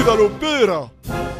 Viva l'opéra!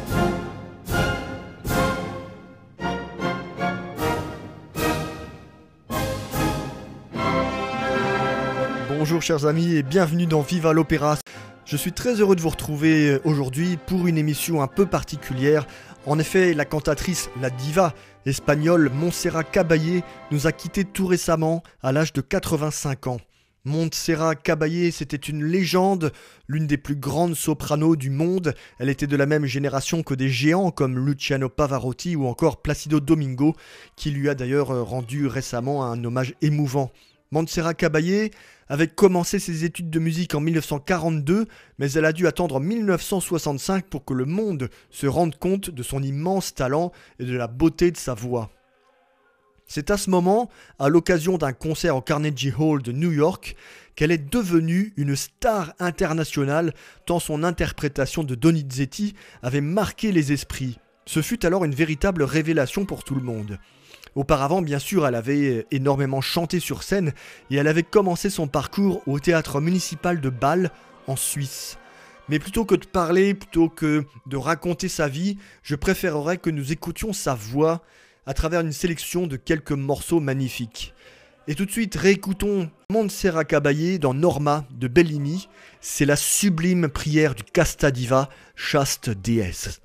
Bonjour chers amis et bienvenue dans Viva l'opéra. Je suis très heureux de vous retrouver aujourd'hui pour une émission un peu particulière. En effet, la cantatrice, la diva espagnole Montserrat Caballé nous a quittés tout récemment à l'âge de 85 ans. Montserrat Caballé, c'était une légende, l'une des plus grandes sopranos du monde. Elle était de la même génération que des géants comme Luciano Pavarotti ou encore Placido Domingo, qui lui a d'ailleurs rendu récemment un hommage émouvant. Montserrat Caballé avait commencé ses études de musique en 1942, mais elle a dû attendre 1965 pour que le monde se rende compte de son immense talent et de la beauté de sa voix. C'est à ce moment, à l'occasion d'un concert au Carnegie Hall de New York, qu'elle est devenue une star internationale tant son interprétation de Donizetti avait marqué les esprits. Ce fut alors une véritable révélation pour tout le monde. Auparavant, bien sûr, elle avait énormément chanté sur scène et elle avait commencé son parcours au théâtre municipal de Bâle, en Suisse. Mais plutôt que de parler, plutôt que de raconter sa vie, je préférerais que nous écoutions sa voix à travers une sélection de quelques morceaux magnifiques. Et tout de suite, réécoutons Montserrat Caballé dans Norma de Bellini. C'est la sublime prière du Casta Diva, chaste déesse.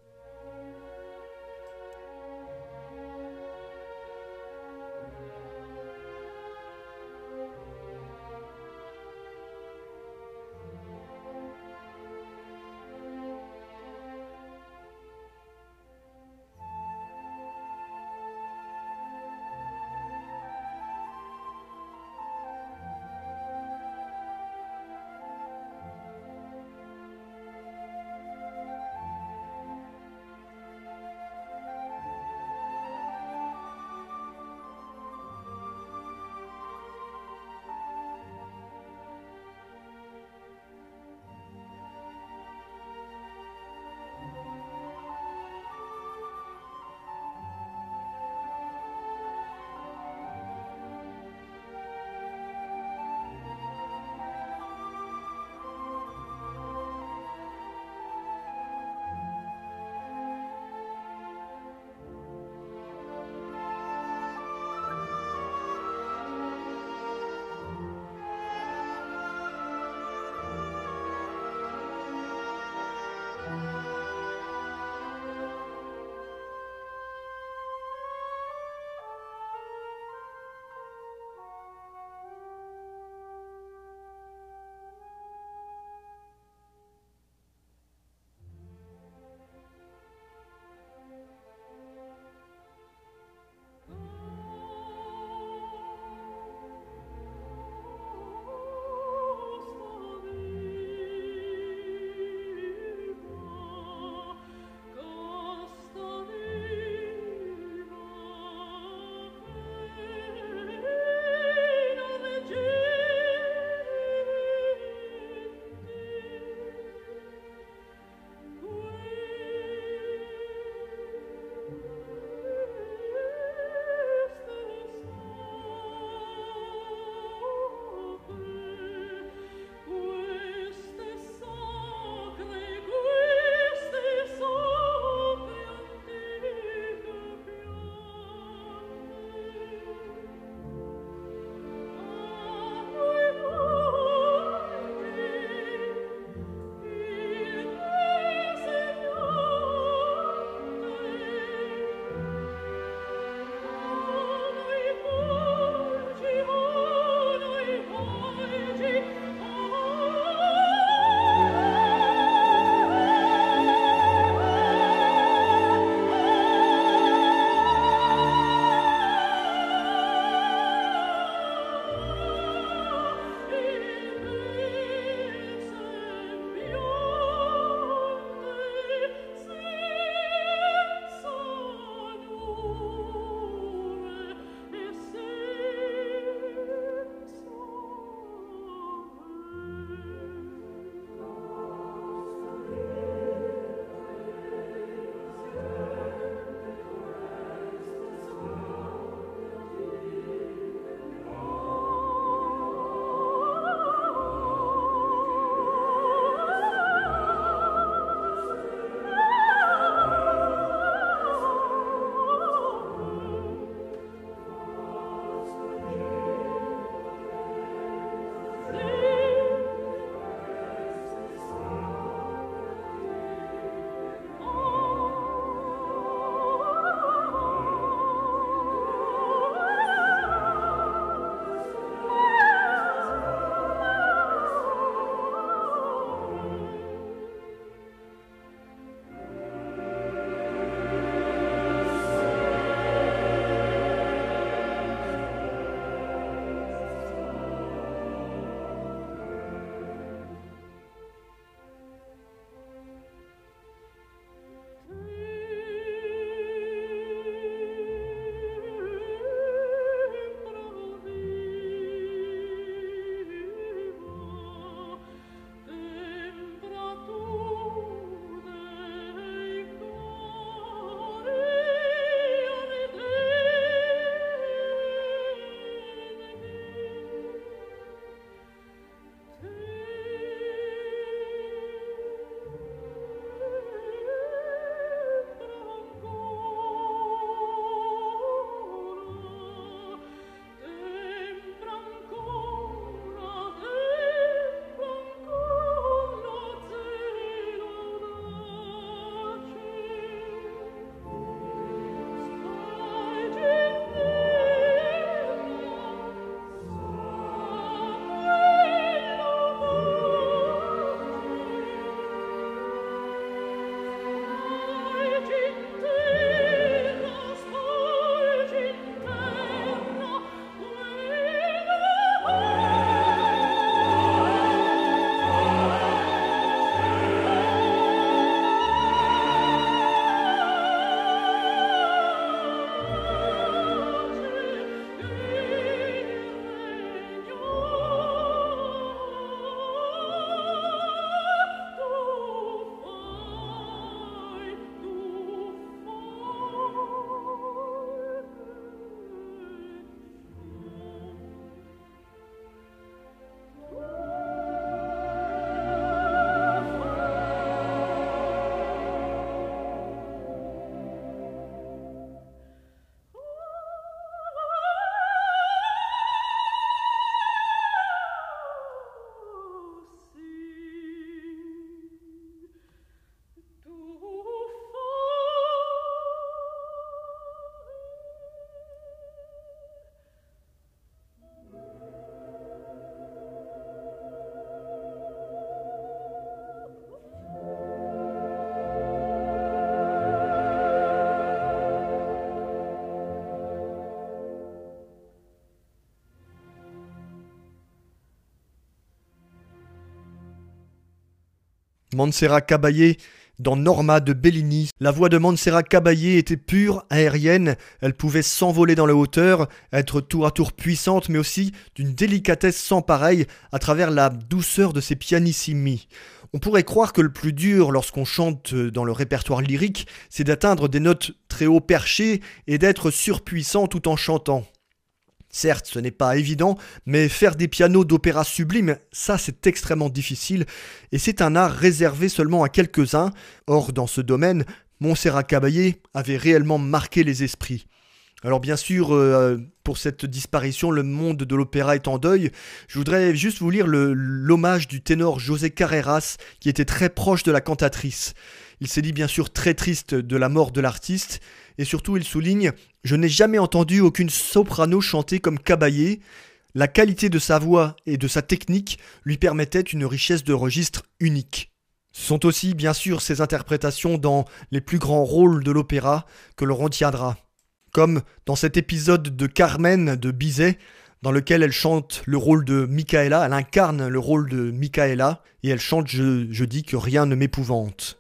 Montserrat Caballé dans Norma de Bellini. La voix de Montserrat Caballé était pure, aérienne, elle pouvait s'envoler dans la hauteur, être tour à tour puissante, mais aussi d'une délicatesse sans pareille à travers la douceur de ses pianissimi. On pourrait croire que le plus dur lorsqu'on chante dans le répertoire lyrique, c'est d'atteindre des notes très haut perchées et d'être surpuissant tout en chantant. Certes, ce n'est pas évident, mais faire des pianos d'opéra sublime, ça c'est extrêmement difficile, et c'est un art réservé seulement à quelques-uns. Or, dans ce domaine, Montserrat Caballé avait réellement marqué les esprits. Alors bien sûr, pour cette disparition, le monde de l'opéra est en deuil. Je voudrais juste vous lire l'hommage du ténor José Carreras, qui était très proche de la cantatrice. Il s'est dit bien sûr très triste de la mort de l'artiste, et surtout il souligne « Je n'ai jamais entendu aucune soprano chanter comme Caballé. La qualité de sa voix et de sa technique lui permettait une richesse de registre unique. » Ce sont aussi bien sûr ses interprétations dans les plus grands rôles de l'opéra que l'on retiendra. Comme dans cet épisode de Carmen de Bizet, dans lequel elle chante le rôle de Micaela, elle incarne le rôle de Micaela, et elle chante je dis que rien ne m'épouvante.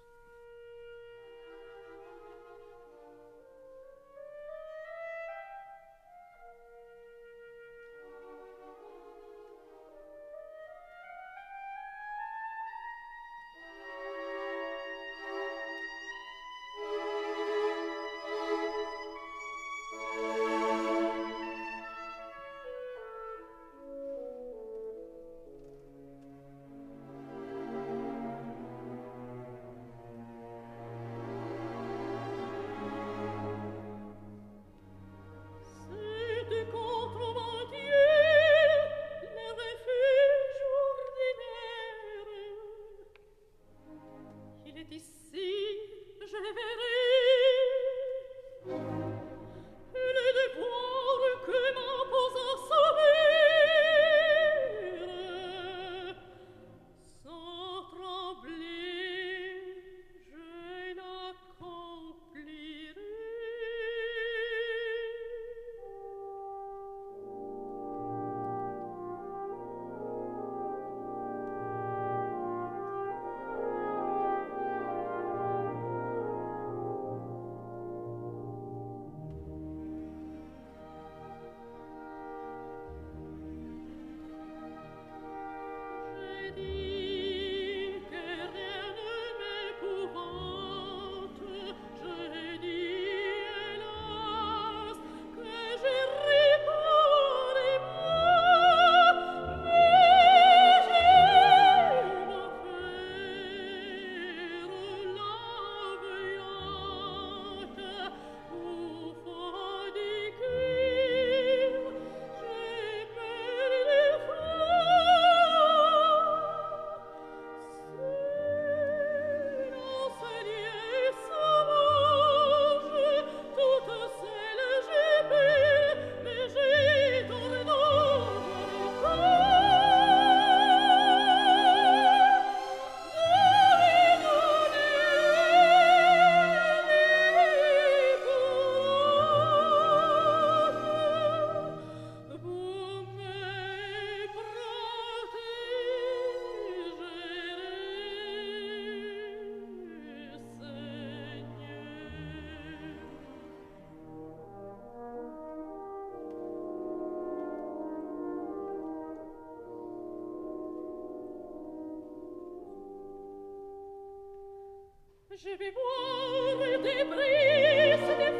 Je vais boire des brises des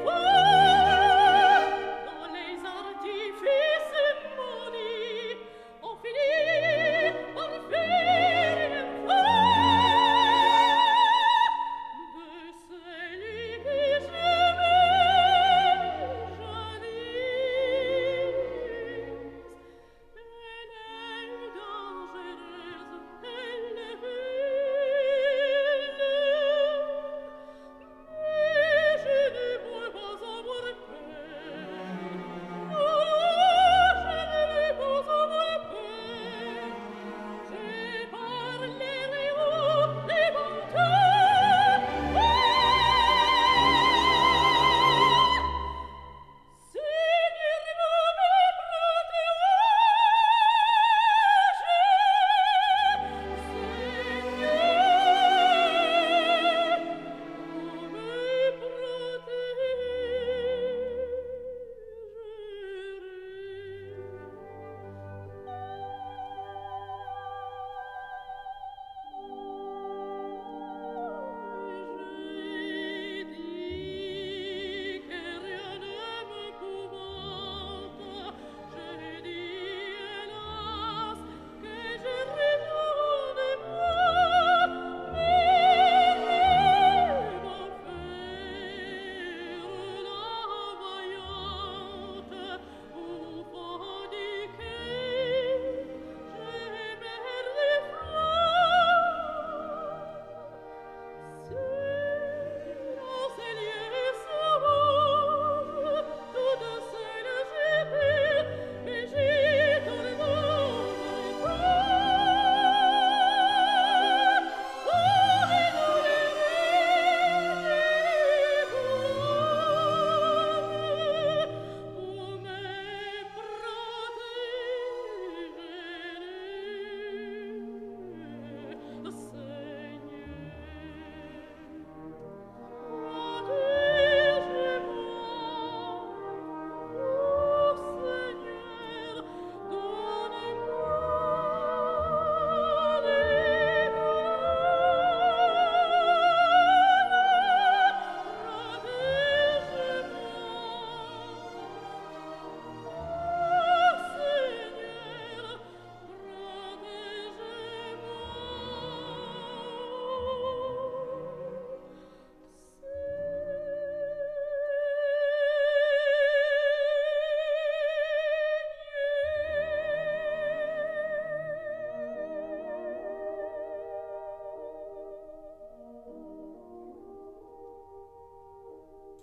fois dans les artifices maudits. On finit par faire une fois de celui que j'aimais jadis. Elle est dangereuse, elle est belle. Je ne peux pas avoir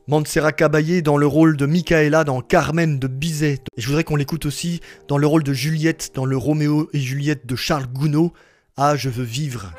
Montserrat Caballé dans le rôle de Micaela dans Carmen de Bizet. Et je voudrais qu'on l'écoute aussi dans le rôle de Juliette dans le Roméo et Juliette de Charles Gounod. Ah, je veux vivre.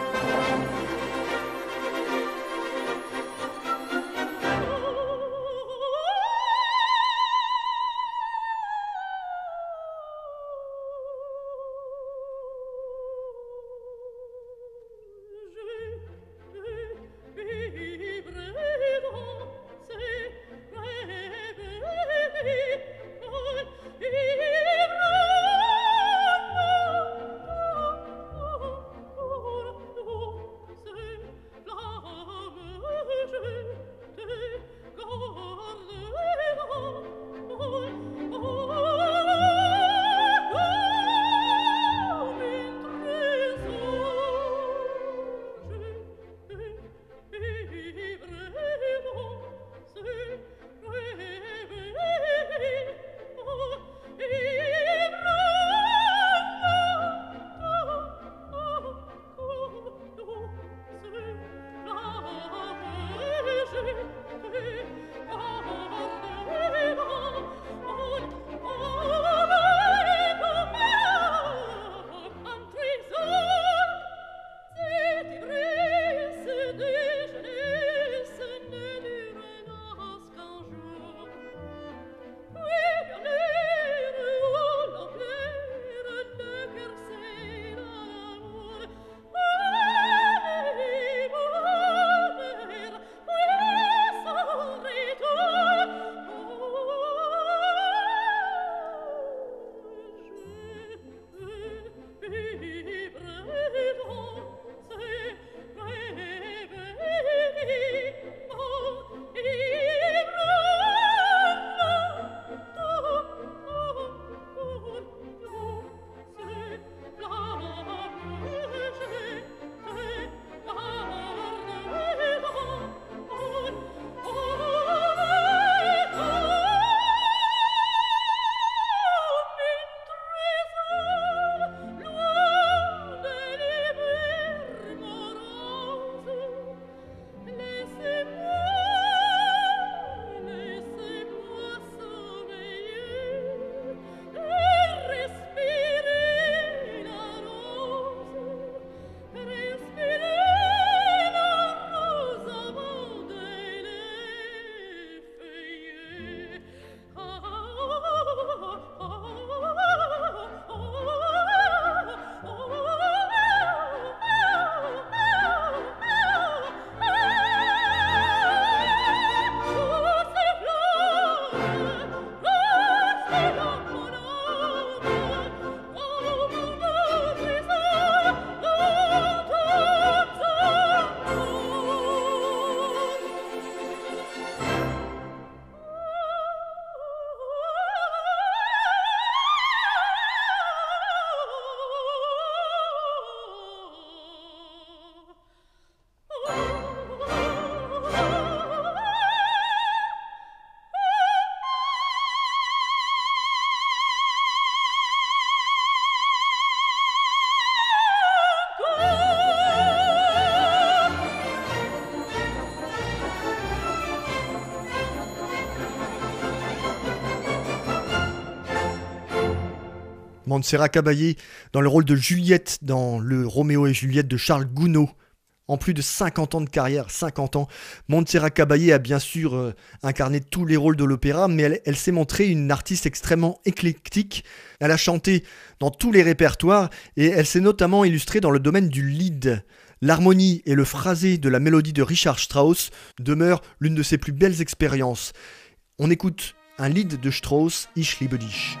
Montserrat Caballé dans le rôle de Juliette dans le Roméo et Juliette de Charles Gounod. En plus de 50 ans de carrière, 50 ans, Montserrat Caballé a bien sûr incarné tous les rôles de l'opéra, mais elle s'est montrée une artiste extrêmement éclectique. Elle a chanté dans tous les répertoires et elle s'est notamment illustrée dans le domaine du lied. L'harmonie et le phrasé de la mélodie de Richard Strauss demeurent l'une de ses plus belles expériences. On écoute un lied de Strauss, Ich liebe dich.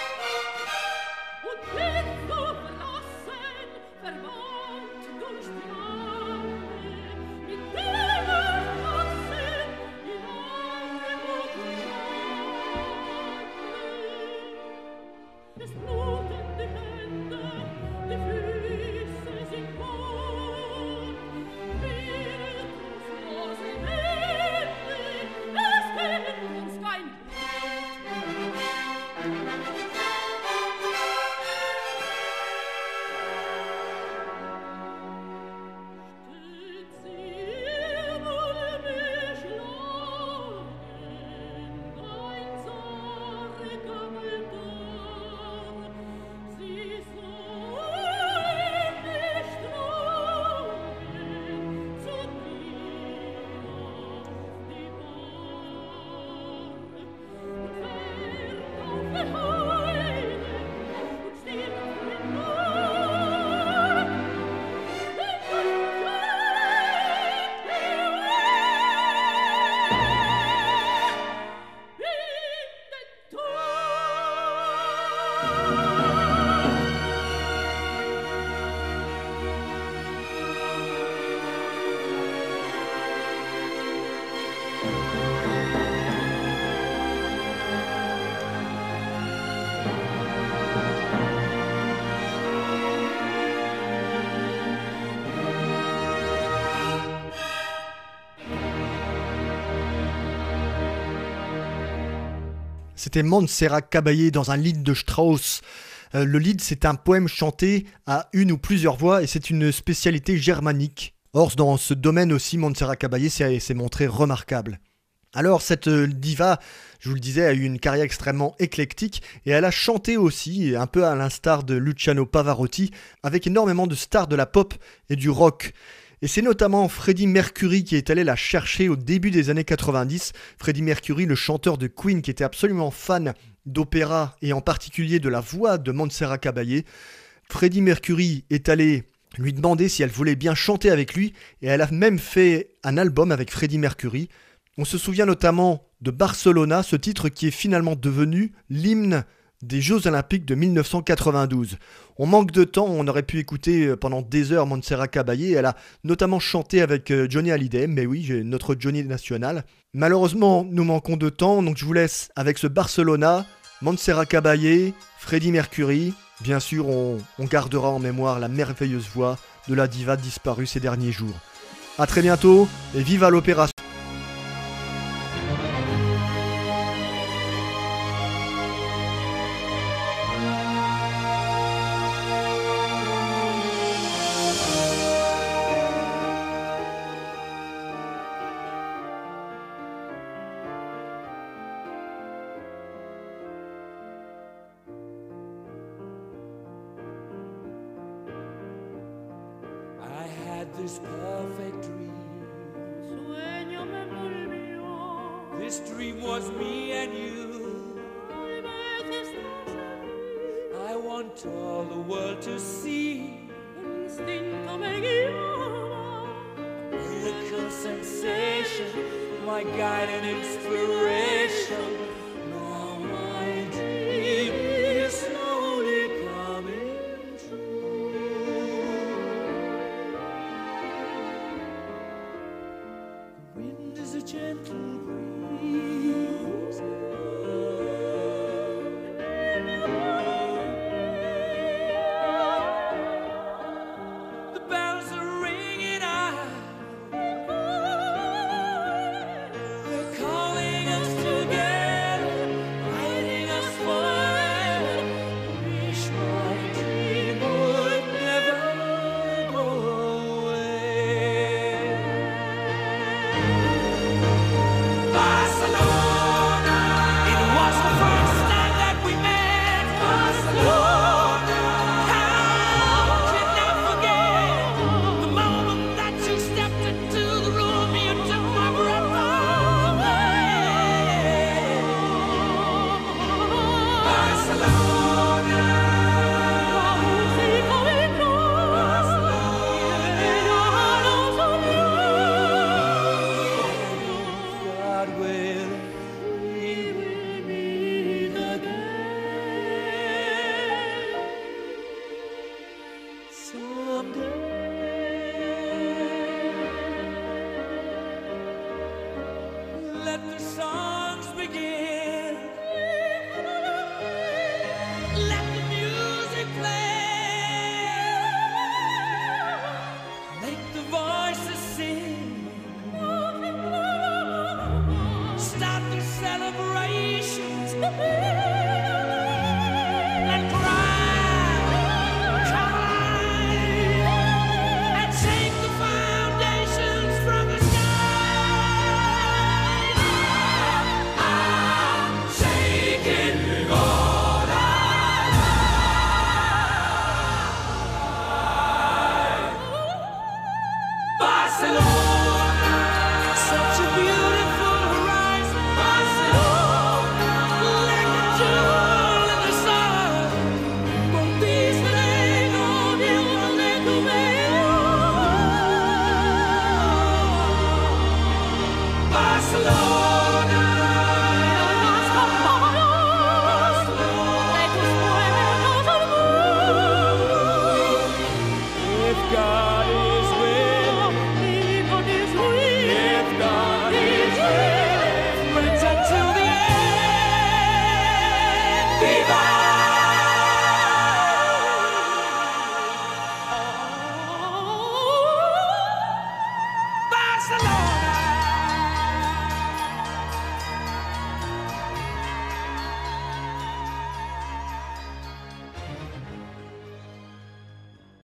Verwandt durch die C'était Montserrat Caballé dans un lied de Strauss. Le lied, c'est un poème chanté à une ou plusieurs voix et c'est une spécialité germanique. Or, dans ce domaine aussi, Montserrat Caballé s'est montré remarquable. Alors, cette diva, je vous le disais, a eu une carrière extrêmement éclectique et elle a chanté aussi, un peu à l'instar de Luciano Pavarotti, avec énormément de stars de la pop et du rock. Et c'est notamment Freddie Mercury qui est allé la chercher au début des années 90. Freddie Mercury, le chanteur de Queen, qui était absolument fan d'opéra et en particulier de la voix de Montserrat Caballé. Freddie Mercury est allé lui demander si elle voulait bien chanter avec lui et elle a même fait un album avec Freddie Mercury. On se souvient notamment de Barcelona, ce titre qui est finalement devenu l'hymne des Jeux Olympiques de 1992. On manque de temps, on aurait pu écouter pendant des heures Montserrat Caballé. Elle a notamment chanté avec Johnny Hallyday, mais oui, notre Johnny national. Malheureusement, nous manquons de temps, donc je vous laisse avec ce Barcelona, Montserrat Caballé, Freddie Mercury. Bien sûr, on gardera en mémoire la merveilleuse voix de la diva disparue ces derniers jours. A très bientôt et vive à l'opéra. This perfect dream. Sueño me volvió. This dream was me and you. Tal vez estás aquí. I want all the world to see. El instinto me guiaba. Miracle sensation, my guide and inspiration. Now my dream is slowly coming true. The wind is a gentle breeze. The bells are ringing out. They're calling us together, guiding us forever. Wish my dream would never go away. Barcelona, it was the first time that we met. Barcelona, how can I forget the moment that you stepped into the room? You took my breath away. Barcelona, Música del God will we will meet again someday. Let the songs begin. Let the music play. Make the voices sing. Start the celebrations and cry and shake the foundations from the sky. I'm shaking all Barcelona, such a beautiful horizon. Barcelona, like a Barcelona.